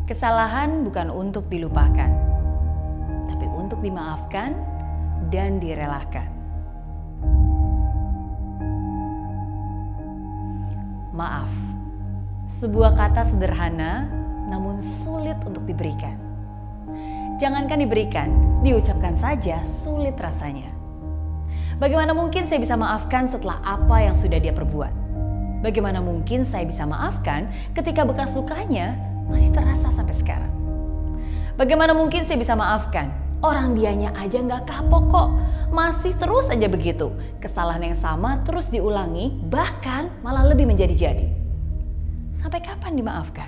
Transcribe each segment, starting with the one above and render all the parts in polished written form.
Kesalahan bukan untuk dilupakan, tapi untuk dimaafkan dan direlakan. Maaf, sebuah kata sederhana namun sulit untuk diberikan. Jangankan diberikan, diucapkan saja sulit rasanya. Bagaimana mungkin saya bisa maafkan setelah apa yang sudah dia perbuat? Bagaimana mungkin saya bisa maafkan ketika bekas lukanya masih terasa sampai sekarang? Bagaimana mungkin saya bisa maafkan? Orang dianya aja nggak kapok kok. Masih terus aja begitu. Kesalahan yang sama terus diulangi, bahkan malah lebih menjadi-jadi. Sampai kapan dimaafkan?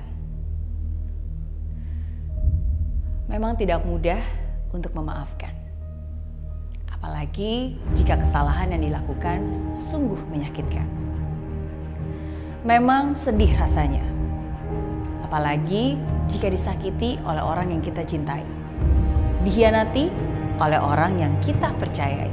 Memang tidak mudah untuk memaafkan. Apalagi jika kesalahan yang dilakukan sungguh menyakitkan. Memang sedih rasanya. Apalagi jika disakiti oleh orang yang kita cintai. Dikhianati oleh orang yang kita percayai.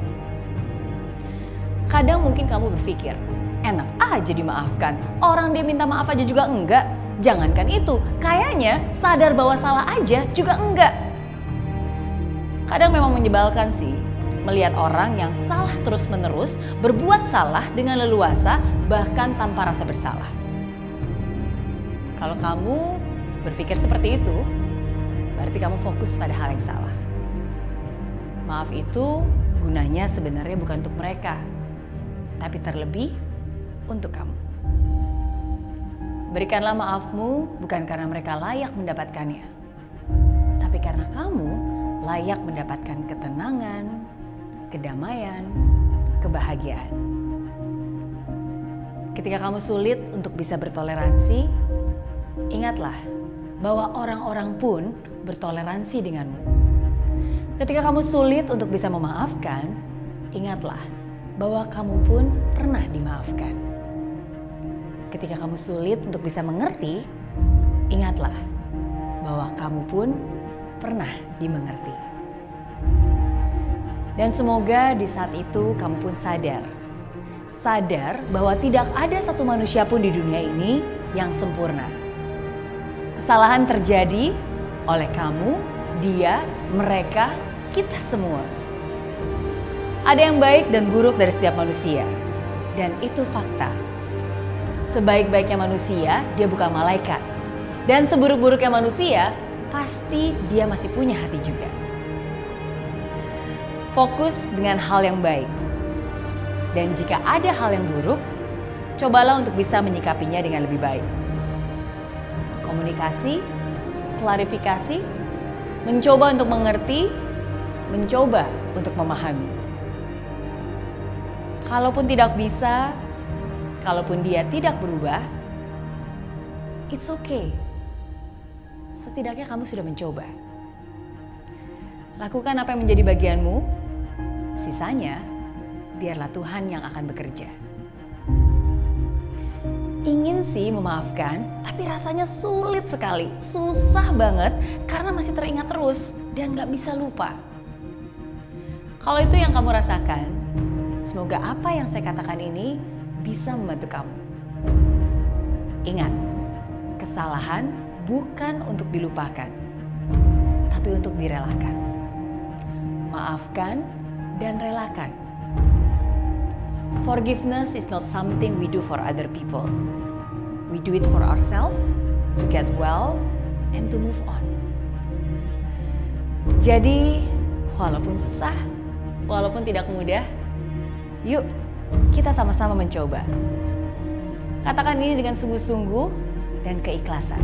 Kadang mungkin kamu berpikir, enak aja dimaafkan. Orang dia minta maaf aja juga enggak. Jangankan itu, kayaknya sadar bahwa salah aja juga enggak. Kadang memang menyebalkan sih, melihat orang yang salah terus-menerus berbuat salah dengan leluasa bahkan tanpa rasa bersalah. Kalau kamu berpikir seperti itu, berarti kamu fokus pada hal yang salah. Maaf itu gunanya sebenarnya bukan untuk mereka, tapi terlebih untuk kamu. Berikanlah maafmu bukan karena mereka layak mendapatkannya, tapi karena kamu layak mendapatkan ketenangan, kedamaian, kebahagiaan. Ketika kamu sulit untuk bisa bertoleransi, ingatlah bahwa orang-orang pun bertoleransi denganmu. Ketika kamu sulit untuk bisa memaafkan, ingatlah bahwa kamu pun pernah dimaafkan. Ketika kamu sulit untuk bisa mengerti, ingatlah bahwa kamu pun pernah dimengerti. Dan semoga di saat itu kamu pun sadar bahwa tidak ada satu manusia pun di dunia ini yang sempurna. Kesalahan terjadi oleh kamu, dia, mereka, kita semua. Ada yang baik dan buruk dari setiap manusia, dan itu fakta. Sebaik-baiknya manusia, dia bukan malaikat. Dan seburuk-buruknya manusia, pasti dia masih punya hati juga. Fokus dengan hal yang baik. Dan jika ada hal yang buruk, cobalah untuk bisa menyikapinya dengan lebih baik. Komunikasi, klarifikasi, mencoba untuk mengerti, mencoba untuk memahami. Kalaupun tidak bisa, kalaupun dia tidak berubah, it's okay. Setidaknya kamu sudah mencoba. Lakukan apa yang menjadi bagianmu, sisanya biarlah Tuhan yang akan bekerja. Ingin sih memaafkan, tapi rasanya sulit sekali, susah banget karena masih teringat terus dan gak bisa lupa. Kalau itu yang kamu rasakan, semoga apa yang saya katakan ini bisa membantu kamu. Ingat, kesalahan bukan untuk dilupakan, tapi untuk direlakan. Maafkan dan relakan. Forgiveness is not something we do for other people. We do it for ourselves, to get well, and to move on. Jadi, walaupun susah, walaupun tidak mudah, yuk kita sama-sama mencoba. Katakan ini dengan sungguh-sungguh dan keikhlasan.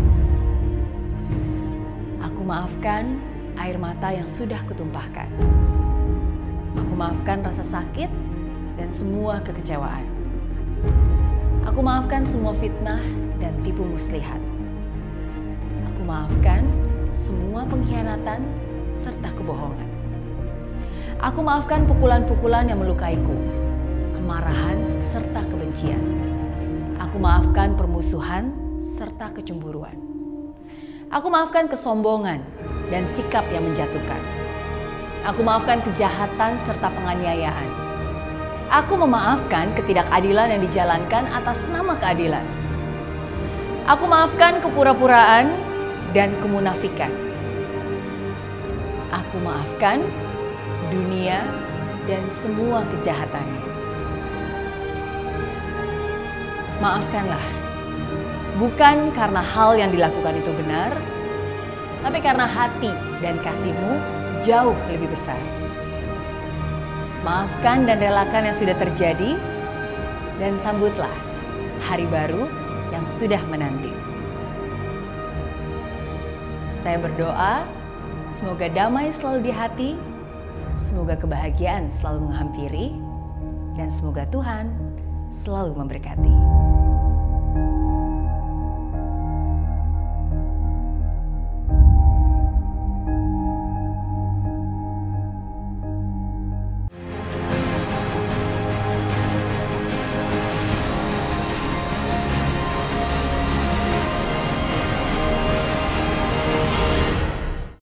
Aku maafkan air mata yang sudah kutumpahkan. Aku maafkan rasa sakit dan semua kekecewaan. Aku maafkan semua fitnah dan tipu muslihat. Aku maafkan semua pengkhianatan serta kebohongan. Aku maafkan pukulan-pukulan yang melukaiku, kemarahan serta kebencian. Aku maafkan permusuhan serta kecemburuan. Aku maafkan kesombongan dan sikap yang menjatuhkan. Aku maafkan kejahatan serta penganiayaan. Aku memaafkan ketidakadilan yang dijalankan atas nama keadilan. Aku maafkan kepura-puraan dan kemunafikan. Aku maafkan dunia dan semua kejahatannya. Maafkanlah, bukan karena hal yang dilakukan itu benar, tapi karena hati dan kasih-Mu jauh lebih besar. Maafkan dan relakan yang sudah terjadi, dan sambutlah hari baru yang sudah menanti. Saya berdoa, semoga damai selalu di hati, semoga kebahagiaan selalu menghampiri, dan semoga Tuhan selalu memberkati.